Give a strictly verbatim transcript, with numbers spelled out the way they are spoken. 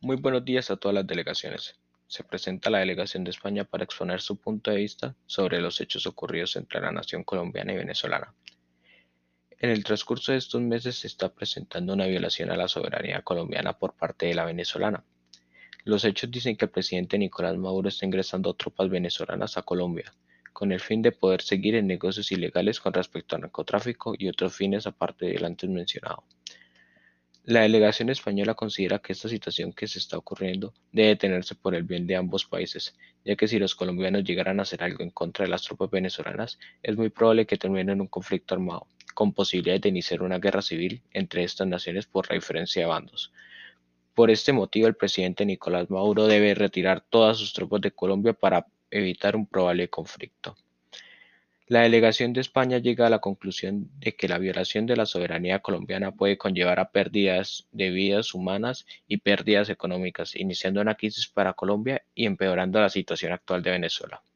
Muy buenos días a todas las delegaciones. Se presenta la delegación de España para exponer su punto de vista sobre los hechos ocurridos entre la nación colombiana y venezolana. En el transcurso de estos meses se está presentando una violación a la soberanía colombiana por parte de la venezolana. Los hechos dicen que el presidente Nicolás Maduro está ingresando tropas venezolanas a Colombia, con el fin de poder seguir en negocios ilegales con respecto al narcotráfico y otros fines aparte del antes mencionado. La delegación española considera que esta situación que se está ocurriendo debe detenerse por el bien de ambos países, ya que si los colombianos llegaran a hacer algo en contra de las tropas venezolanas, es muy probable que termine en un conflicto armado, con posibilidades de iniciar una guerra civil entre estas naciones por la diferencia de bandos. Por este motivo, el presidente Nicolás Maduro debe retirar todas sus tropas de Colombia para evitar un probable conflicto. La delegación de España llega a la conclusión de que la violación de la soberanía colombiana puede conllevar a pérdidas de vidas humanas y pérdidas económicas, iniciando una crisis para Colombia y empeorando la situación actual de Venezuela.